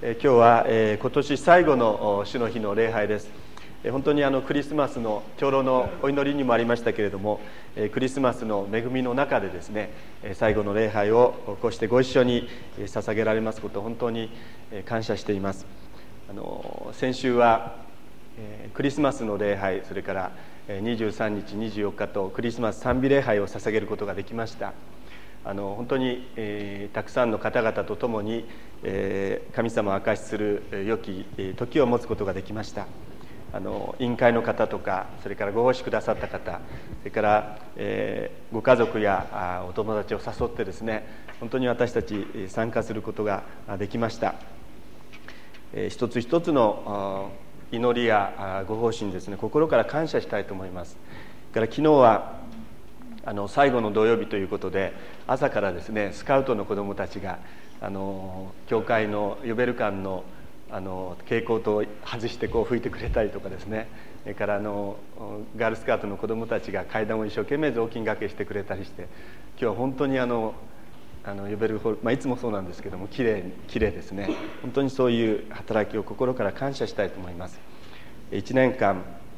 今日は今年最後の主の日の礼拝です。本当にクリスマスの長老のお祈りにもありましたけれども、クリスマスの恵みの中でですね、最後の礼拝をこうしてご一緒に捧げられますことを本当に感謝しています。先週はクリスマスの礼拝、それから23日24日とクリスマス賛美礼拝を捧げることができました。本当に、たくさんの方々と共に、神様を証しする良き時を持つことができました。委員会の方とか、それからご奉仕くださった方、それから、ご家族やお友達を誘ってですね、本当に私たち参加することができました。一つ一つの祈りやご奉仕にですね、心から感謝したいと思います。それから昨日は最後の土曜日ということで、朝からですね、スカウトの子どもたちが教会のヨベル館の蛍光灯を外してこう吹いてくれたりとかですね、それからガールスカウトの子どもたちが階段を一生懸命雑巾がけしてくれたりして、今日は本当にヨベルホール、いつもそうなんですけども、きれいですね。本当にそういう働きを心から感謝したいと思います。1年間、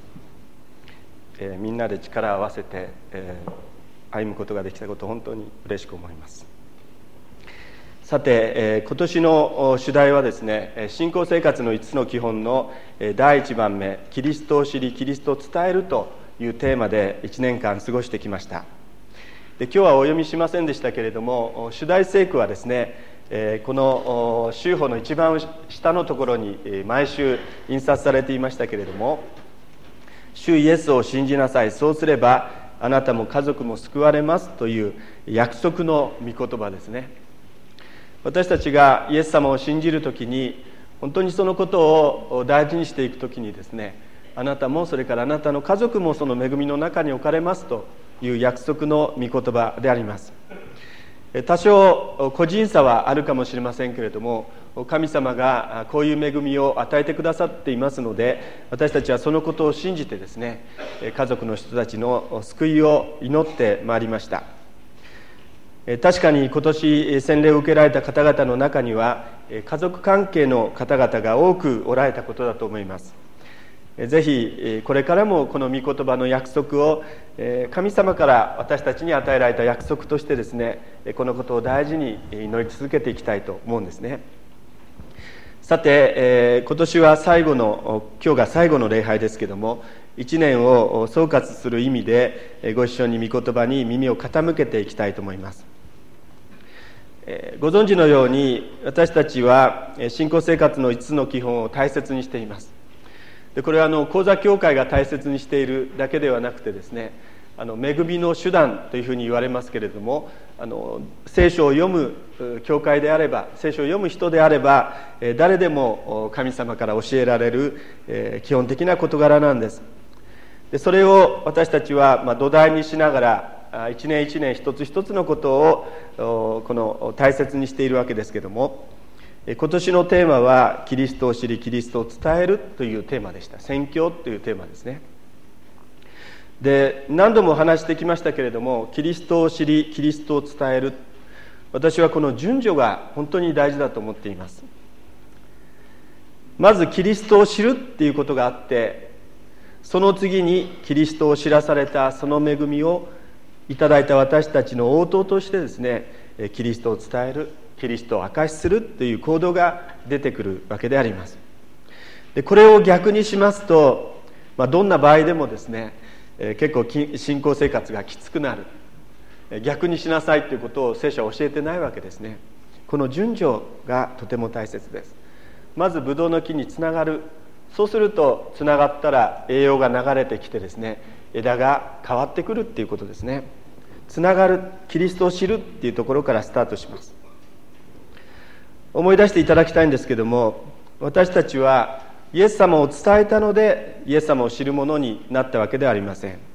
みんなで力を合わせて、歩むことができたことを本当に嬉しく思います。さて、今年の主題はですね、信仰生活の5つの基本の第1番目、キリストを知りキリストを伝えるというテーマで1年間過ごしてきました。で、今日はお読みしませんでしたけれども、主題聖句はですね、この週報の一番下のところに毎週印刷されていましたけれども、主イエスを信じなさい、そうすればあなたも家族も救われますという約束の御言葉ですね。私たちがイエス様を信じるときに、本当にそのことを大事にしていくときにですね、あなたもそれからあなたの家族もその恵みの中に置かれますという約束の御言葉であります。多少個人差はあるかもしれませんけれども、神様がこういう恵みを与えてくださっていますので、私たちはそのことを信じてですね、家族の人たちの救いを祈ってまいりました。確かに今年洗礼を受けられた方々の中には、家族関係の方々が多くおられたことだと思います。ぜひこれからもこの御言葉の約束を神様から私たちに与えられた約束としてですね、このことを大事に祈り続けていきたいと思うんですね。さて、今年は今日が最後の礼拝ですけども、1年を総括する意味でご一緒に御言葉に耳を傾けていきたいと思います。ご存知のように、私たちは信仰生活の5つの基本を大切にしています。で、これは講座協会が大切にしているだけではなくてですね、恵みの手段というふうに言われますけれども、聖書を読む教会であれば、聖書を読む人であれば、誰でも神様から教えられる基本的な事柄なんです。で、それを私たちは土台にしながら一年一年一つ一つのことをこの大切にしているわけですけれども、今年のテーマはキリストを知りキリストを伝えるというテーマでした。宣教というテーマですね。で、何度も話してきましたけれども、キリストを知りキリストを伝える、私はこの順序が本当に大事だと思っています。まずキリストを知るっていうことがあって、その次にキリストを知らされたその恵みをいただいた私たちの応答としてですね、キリストを伝える、キリストを証しするという行動が出てくるわけであります。で、これを逆にしますと、どんな場合でもですね、結構信仰生活がきつくなる、逆にしなさいということを聖書は教えてないわけですね。この順序がとても大切です。まずブドウの木につながる。そうするとつながったら栄養が流れてきてですね、枝が変わってくるっていうことですね。つながる、キリストを知るっていうところからスタートします。思い出していただきたいんですけども、私たちはイエス様を伝えたのでイエス様を知るものになったわけではありません。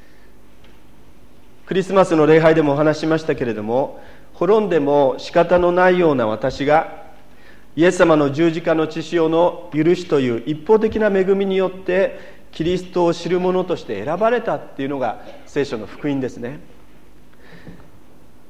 クリスマスの礼拝でもお話ししましたけれども、滅んでも仕方のないような私がイエス様の十字架の血潮の許しという一方的な恵みによってキリストを知る者として選ばれたっていうのが聖書の福音ですね。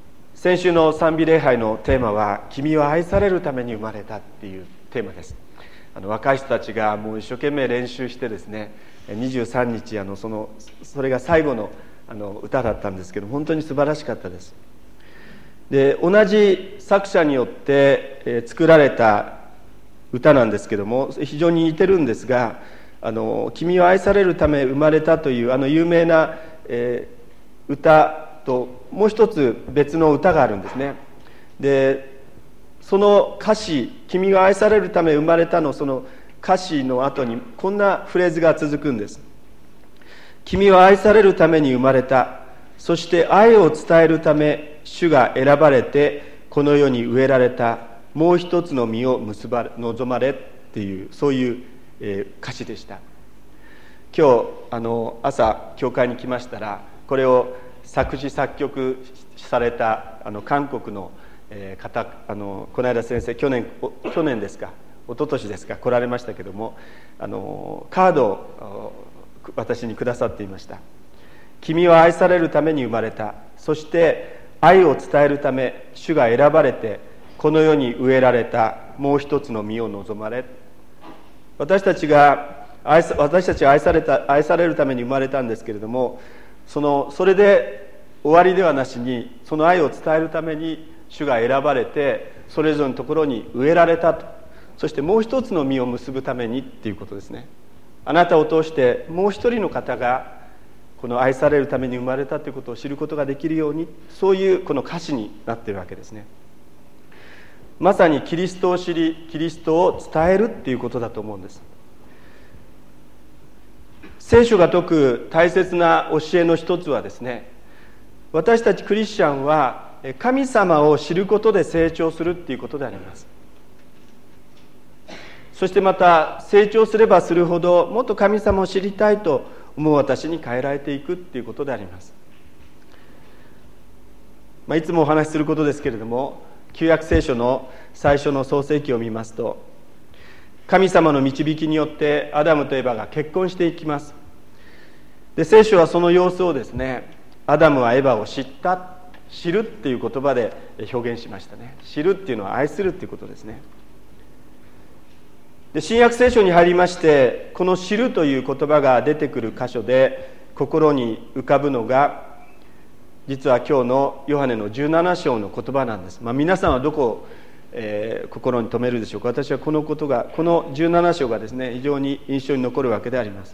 先週の賛美礼拝のテーマは「君は愛されるために生まれた」っていうテーマです。若い人たちがもう一生懸命練習してですね、23日それが最後の歌だったんですけど、本当に素晴らしかったです。で、同じ作者によって作られた歌なんですけども、非常に似てるんですが、君は愛されるため生まれたという有名な歌ともう一つ別の歌があるんですね。で、その歌詞「君が愛されるため生まれた」のその歌詞の後にこんなフレーズが続くんです。君は愛されるために生まれた。そして愛を伝えるため主が選ばれてこの世に植えられた。もう一つの実を望まれっていう、そういう歌詞でした。今日朝教会に来ましたら、これを作詞作曲された韓国の方、この間先生去年ですか一昨年ですか来られましたけども、カードを私にくださっていました。君は愛されるために生まれた。そして愛を伝えるため主が選ばれてこの世に植えられた。もう一つの実を望まれ。私たちは愛されるために生まれたんですけれども、それで終わりではなしに、その愛を伝えるために主が選ばれてそれぞれのところに植えられたと。そしてもう一つの実を結ぶためにっていうことですね。あなたを通してもう一人の方がこの愛されるために生まれたということを知ることができるように、そういうこの歌詞になっているわけですね。まさにキリストを知りキリストを伝えるっていうことだと思うんです。聖書が説く大切な教えの一つはですね、私たちクリスチャンは神様を知ることで成長するっていうことであります。そしてまた成長すればするほどもっと神様を知りたいと思う私に変えられていくっていうことであります。いつもお話しすることですけれども、旧約聖書の最初の創世記を見ますと、神様の導きによってアダムとエバが結婚していきます。で、聖書はその様子をですね、アダムはエバを知った、知るっていう言葉で表現しましたね。知るっていうのは愛するっていうことですね。で、新約聖書に入りまして、この知るという言葉が出てくる箇所で心に浮かぶのが、実は今日のヨハネの17章の言葉なんです。皆さんはどこを心に留めるでしょうか。私はこの17章がですね、非常に印象に残るわけであります。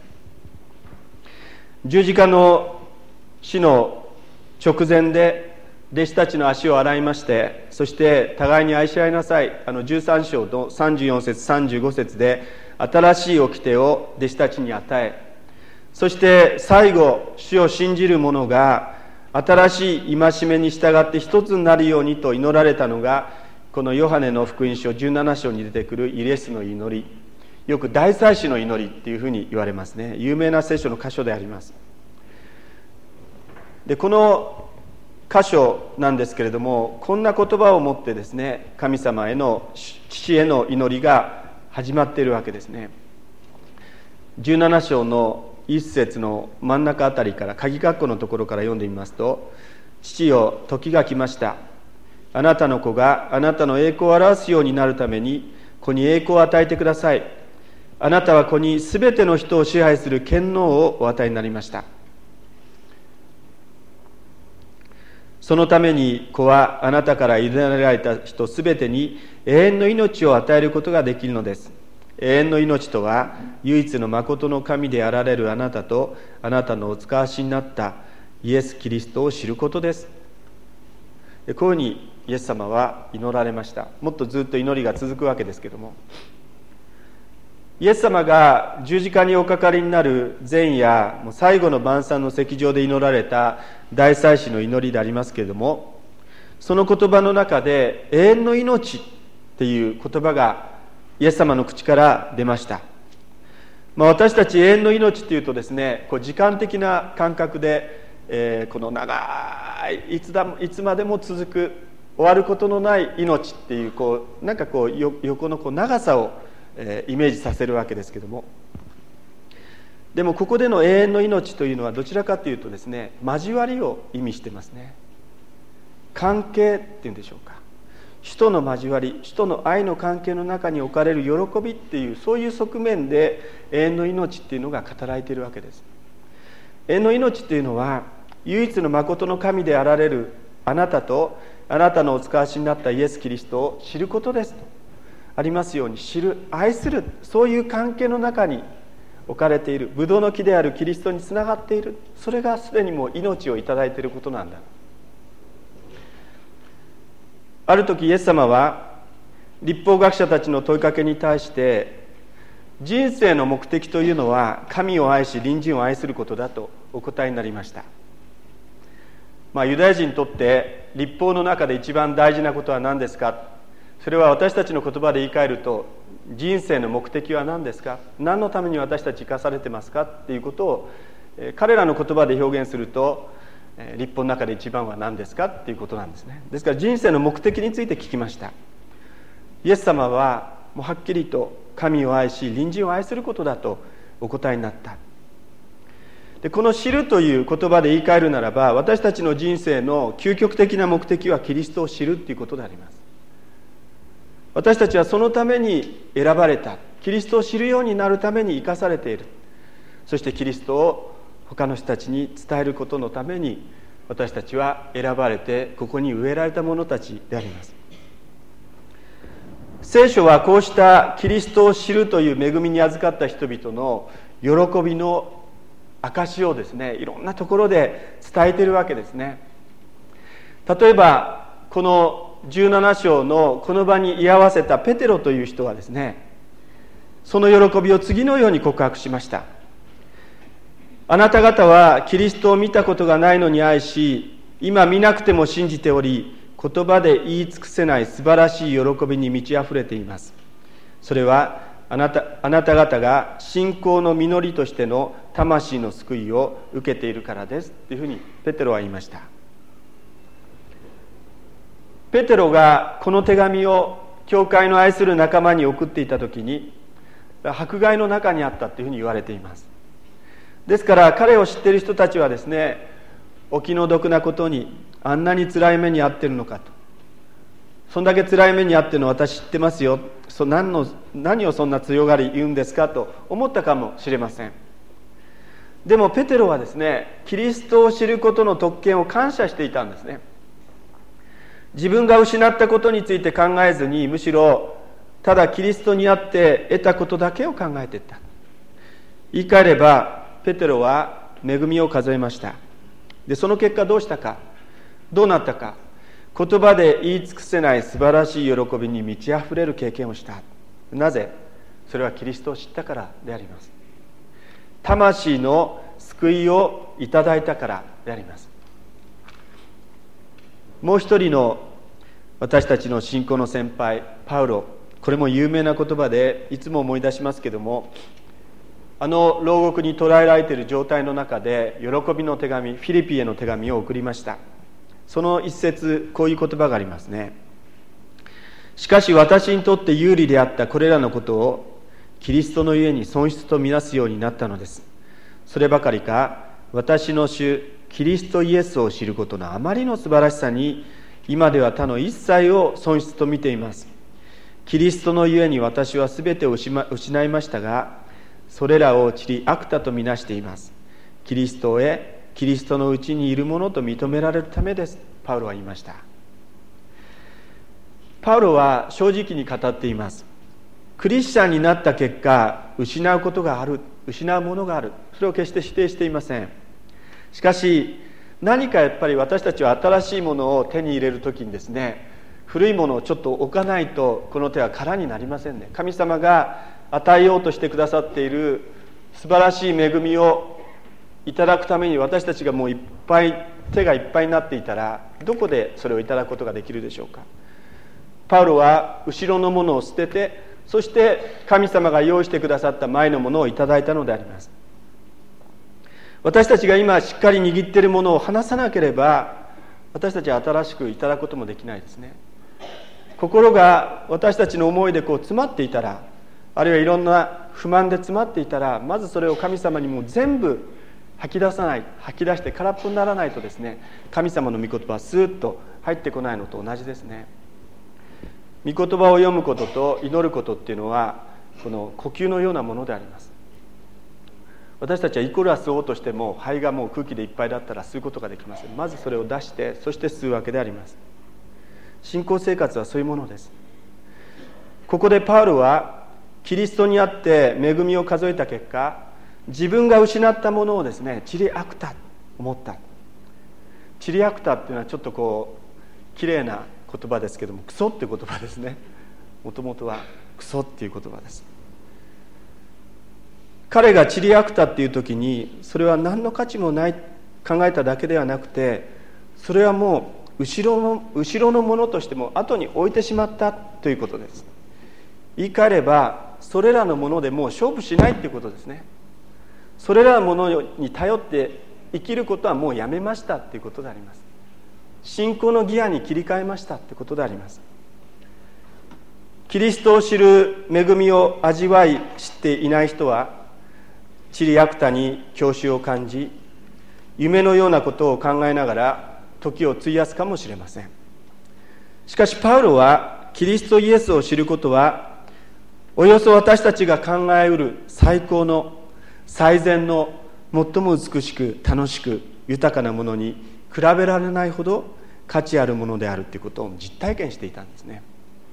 十字架の死の直前で弟子たちの足を洗いまして、そして互いに愛し合いなさい、13章の34節35節で新しい掟を弟子たちに与え、そして最後主を信じる者が新しい戒めに従って一つになるようにと祈られたのが、このヨハネの福音書17章に出てくるイエスの祈り、よく大祭司の祈りっていうふうに言われますね。有名な聖書の箇所であります。で、この箇所なんですけれども、こんな言葉を持ってですね、神様への父への祈りが始まっているわけですね。17章の一節の真ん中あたりから、鍵括弧のところから読んでみますと、父よ、時が来ました。あなたの子があなたの栄光を表すようになるために子に栄光を与えてください。あなたは子にすべての人を支配する権能をお与えになりました。そのために子はあなたから委ねられた人すべてに永遠の命を与えることができるのです。永遠の命とは唯一の誠の神であられるあなたとあなたのお使わしになったイエス・キリストを知ることです。こういうふうにイエス様は祈られました。もっとずっと祈りが続くわけですけども、イエス様が十字架におかかりになる前夜、最後の晩餐の席上で祈られた大祭司の祈りでありますけれども、その言葉の中で永遠の命っていう言葉がイエス様の口から出ました。私たち永遠の命っていうとですね、時間的な感覚で、この長いいつまでも続く終わることのない命っていう横の長さをイメージさせるわけですけども、でもここでの永遠の命というのはどちらかというとですね、交わりを意味してますね。 関係っていうんでしょうか、主との交わり、主との愛の関係の中に置かれる喜びっていう、そういう側面で永遠の命っていうのが語られているわけです。永遠の命っていうのは、唯一の真の神であられるあなたと、あなたのお使わしになったイエス・キリストを知ることですとありますように、知る、愛する、そういう関係の中に置かれている、ブドウの木であるキリストにつながっている、それがすでにもう命をいただいていることなんだ。ある時イエス様は律法学者たちの問いかけに対して、人生の目的というのは神を愛し隣人を愛することだとお答えになりました。ユダヤ人にとって律法の中で一番大事なことは何ですか。それは私たちの言葉で言い換えると、人生の目的は何ですか、何のために私たち生かされてますかっていうことを彼らの言葉で表現すると、律法の中で一番は何ですかっていうことなんですね。ですから人生の目的について聞きました。イエス様はもうはっきりと神を愛し隣人を愛することだとお答えになった。でこの知るという言葉で言い換えるならば、私たちの人生の究極的な目的はキリストを知るということであります。私たちはそのために選ばれた、キリストを知るようになるために生かされている。そしてキリストを他の人たちに伝えることのために、私たちは選ばれてここに植えられた者たちであります。聖書はこうしたキリストを知るという恵みに預かった人々の喜びの証をですね、いろんなところで伝えているわけですね。例えばこの17章のこの場に居合わせたペテロという人はですね、その喜びを次のように告白しました。あなた方はキリストを見たことがないのに愛し、今見なくても信じており、言葉で言い尽くせない素晴らしい喜びに満ち溢れています。それはあなた方が信仰の実りとしての魂の救いを受けているからですというふうにペテロは言いました。ペテロがこの手紙を教会の愛する仲間に送っていた時に、迫害の中にあったというふうに言われています。ですから彼を知っている人たちはですね、お気の毒なことにあんなに辛い目に遭っているのかと、そんだけ辛い目に遭っているの私知ってますよ、何をそんな強がり言うんですかと思ったかもしれません。でもペテロはですね、キリストを知ることの特権を感謝していたんですね。自分が失ったことについて考えずに、むしろただキリストにあって得たことだけを考えていった。言い換えればペテロは恵みを数えました。でその結果どうしたか、どうなったか、言葉で言い尽くせない素晴らしい喜びに満ち溢れる経験をした。なぜ？それはキリストを知ったからであります。魂の救いをいただいたからであります。もう一人の私たちの信仰の先輩パウロ、これも有名な言葉でいつも思い出しますけども、牢獄に捕らえられている状態の中で喜びの手紙、フィリピへの手紙を送りました。その一節、こういう言葉がありますね。しかし私にとって有利であったこれらのことをキリストのゆえに損失とみなすようになったのです。そればかりか、私の主キリストイエスを知ることのあまりの素晴らしさに、今では他の一切を損失と見ています。キリストのゆえに私はすべてを失いましたが、それらを塵悪多とみなしています。キリストへ、キリストのうちにいるものと認められるためです。パウロは言いました。パウロは正直に語っています。クリスチャンになった結果、失うことがある、失うものがある、それを決して否定していません。しかし何かやっぱり私たちは新しいものを手に入れるときにですね、古いものをちょっと置かないとこの手は空になりませんね。神様が与えようとしてくださっている素晴らしい恵みをいただくために、私たちがもういっぱい手がいっぱいになっていたら、どこでそれをいただくことができるでしょうか。パウロは後ろのものを捨てて、そして神様が用意してくださった前のものをいただいたのであります。私たちが今しっかり握っているものを離さなければ、私たちは新しくいただくこともできないですね。心が私たちの思いで詰まっていたら、あるいはいろんな不満で詰まっていたら、まずそれを神様にも全部吐き出して空っぽにならないとですね、神様の御言葉はスーッと入ってこないのと同じですね。御言葉を読むことと祈ることっていうのはこの呼吸のようなものであります。私たちはいくら吸おうとしても肺がもう空気でいっぱいだったら吸うことができません。まずそれを出してそして吸うわけであります。信仰生活はそういうものです。ここでパウロはキリストにあって恵みを数えた結果、自分が失ったものをですね、チリアクタ思った。チリアクタっていうのはちょっとこうきれいな言葉ですけども、クソっていう言葉ですね。もともとはクソっていう言葉です。彼がチリアクタっていう時に、それは何の価値もない考えただけではなくて、それはもう後ろのものとしても後に置いてしまったということです。言い換えればそれらのものでもう勝負しないということですね。それらのものに頼って生きることはもうやめましたということであります。信仰のギアに切り替えましたということであります。キリストを知る恵みを味わい知っていない人はチリアクタに郷愁を感じ、夢のようなことを考えながら時を費やすかもしれません。しかしパウロはキリストイエスを知ることはおよそ私たちが考えうる最高の最善の最も美しく楽しく豊かなものに比べられないほど価値あるものであるということを実体験していたんですね。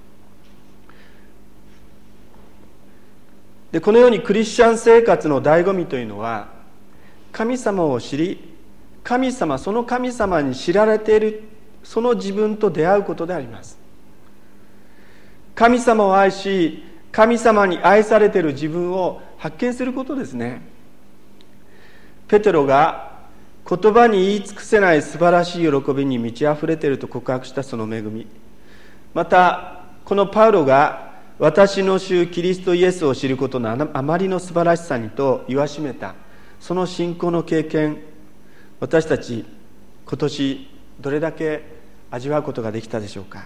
でこのようにクリスチャン生活の醍醐味というのは、神様を知り、その神様に知られているその自分と出会うことであります。神様を愛し、神様に愛されている自分を発見することですね。ペテロが言葉に言い尽くせない素晴らしい喜びに満ち溢れていると告白したその恵み、またこのパウロが私の主キリストイエスを知ることのあまりの素晴らしさにと言わしめたその信仰の経験、私たち今年どれだけ味わうことができたでしょうか。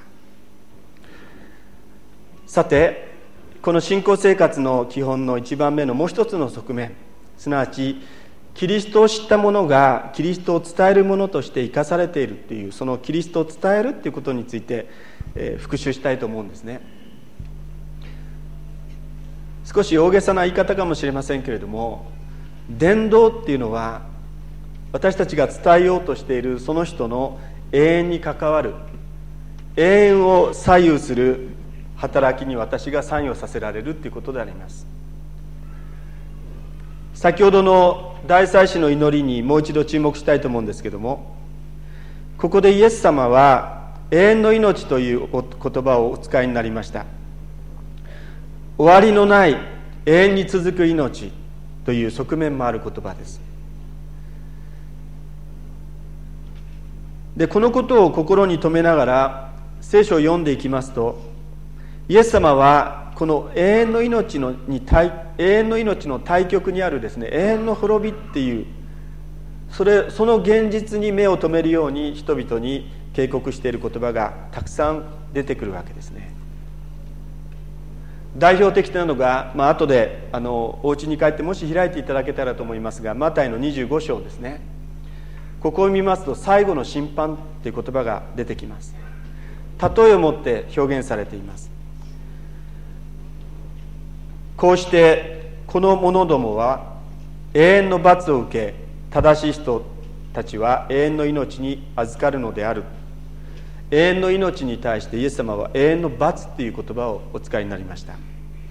さて、この信仰生活の基本の一番目のもう一つの側面、すなわちキリストを知った者がキリストを伝えるものとして生かされているっていう、そのキリストを伝えるっていうことについて、復習したいと思うんですね。少し大げさな言い方かもしれませんけれども、伝道っていうのは私たちが伝えようとしているその人の永遠に関わる、永遠を左右する働きに私が参与させられるということであります。先ほどの大祭司の祈りにもう一度注目したいと思うんですけども、ここでイエス様は永遠の命という言葉をお使いになりました。終わりのない永遠に続く命という側面もある言葉です。でこのことを心に留めながら聖書を読んでいきますと、イエス様はこの永遠の命の対極にあるですね、永遠の滅びっていうその現実に目を留めるように人々に警告している言葉がたくさん出てくるわけですね。代表的なのが、後でお家に帰ってもし開いていただけたらと思いますが、マタイの25章ですね。ここを見ますと最後の審判という言葉が出てきます。例えをもって表現されています。こうしてこの者どもは永遠の罰を受け、正しい人たちは永遠の命に預かるのである。永遠の命に対してイエス様は永遠の罰という言葉をお使いになりました。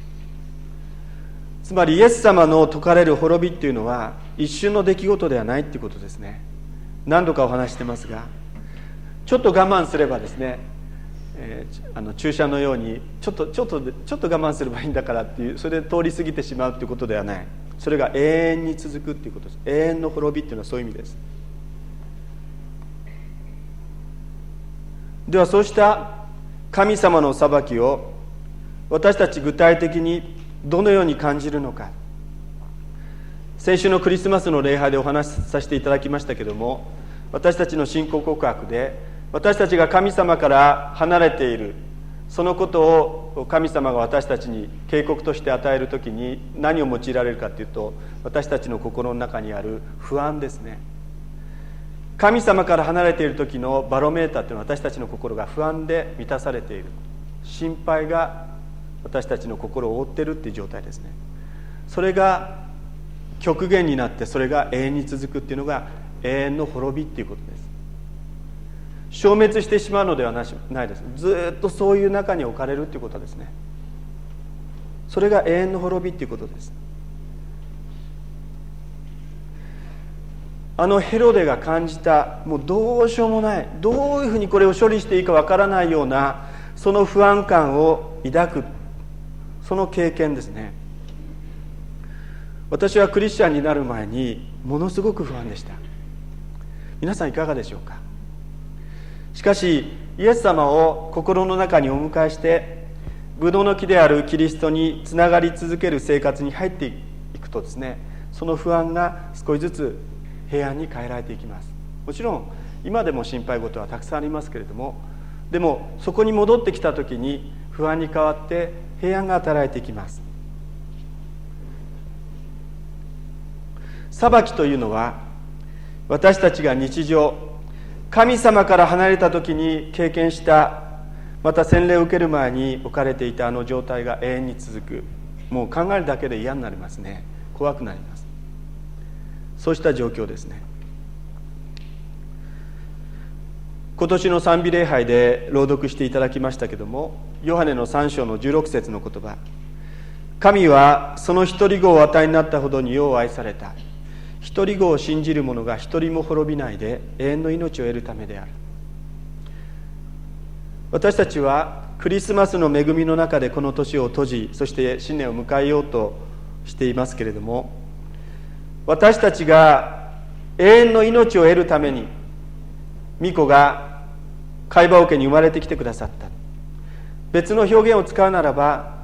つまりイエス様の説かれる滅びっていうのは一瞬の出来事ではないということですね。何度かお話してますが、ちょっと我慢すればですね、注射のようにちょっと我慢すればいいんだからっていう、それで通り過ぎてしまうということではない。それが永遠に続くということです。永遠の滅びっていうのはそういう意味です。ではそうした神様の裁きを私たち具体的にどのように感じるのか。先週のクリスマスの礼拝でお話しさせていただきましたけども、私たちの信仰告白で私たちが神様から離れているそのことを神様が私たちに警告として与えるときに何を用いられるかというと、私たちの心の中にある不安ですね。 神様から離れている時のバロメーターというのは、私たちの心が不安で満たされている、心配が私たちの心を覆っているっていう状態ですね。それが極限になって、それが永遠に続くっていうのが永遠の滅びっていうことです。消滅してしまうのではないです。ずっとそういう中に置かれるっていうことですね。それが永遠の滅びっていうことです。ヘロデが感じた、もうどうしようもない、どういうふうにこれを処理していいかわからないような、その不安感を抱く、その経験ですね。私はクリスチャンになる前にものすごく不安でした。皆さんいかがでしょうか。しかしイエス様を心の中にお迎えして、ブドウの木であるキリストにつながり続ける生活に入っていくとですね、その不安が少しずつ平安に変えられていきます。もちろん今でも心配事はたくさんありますけれども、でもそこに戻ってきた時に不安に変わって平安が与えられていきます。裁きというのは、私たちが日常神様から離れた時に経験した、また洗礼を受ける前に置かれていた状態が永遠に続く。もう考えるだけで嫌になりますね。怖くなります。そうした状況ですね。今年の賛美礼拝で朗読していただきましたけども、ヨハネの3章の16節の言葉、神はその一人子をお与えになったほどに世を愛された。一人子を信じる者が一人も滅びないで永遠の命を得るためである。私たちはクリスマスの恵みの中でこの年を閉じ、そして新年を迎えようとしていますけれども、私たちが永遠の命を得るために御子が貝羽桶に生まれてきてくださった。別の表現を使うならば、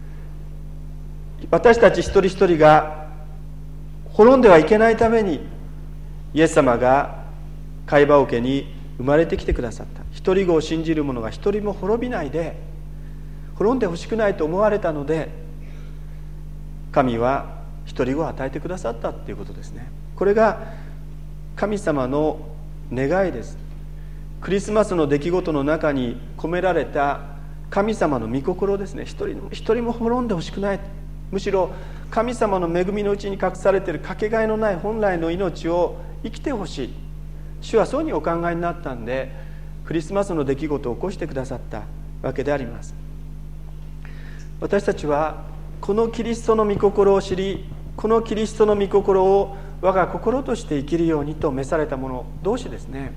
私たち一人一人が滅んではいけないためにイエス様が貝羽桶に生まれてきてくださった。一人子を信じる者が一人も滅びないで、滅んでほしくないと思われたので、神は一人子を与えてくださったということですね。これが神様の願いです。クリスマスの出来事の中に込められた神様の御心ですね。一人も滅んでほしくない。むしろ神様の恵みのうちに隠されているかけがえのない本来の命を生きてほしい。主はそうにお考えになったんで、クリスマスの出来事を起こしてくださったわけであります。私たちはこのキリストの御心を知り、このキリストの御心を我が心として生きるようにと召された者同士ですね。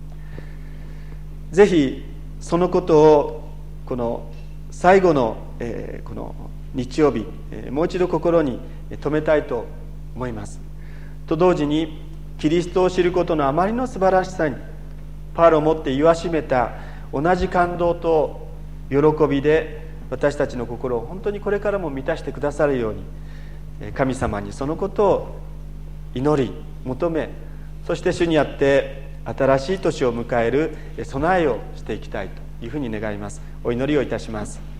ぜひそのことをこの最後の、この日曜日、もう一度心に留めたいと思います。と同時に、キリストを知ることのあまりの素晴らしさにパウロをもって言わしめた同じ感動と喜びで、私たちの心を本当にこれからも満たしてくださるように、神様にそのことを祈り求め、そして主にあって新しい年を迎える備えをしていきたいというふうに願います。お祈りをいたします。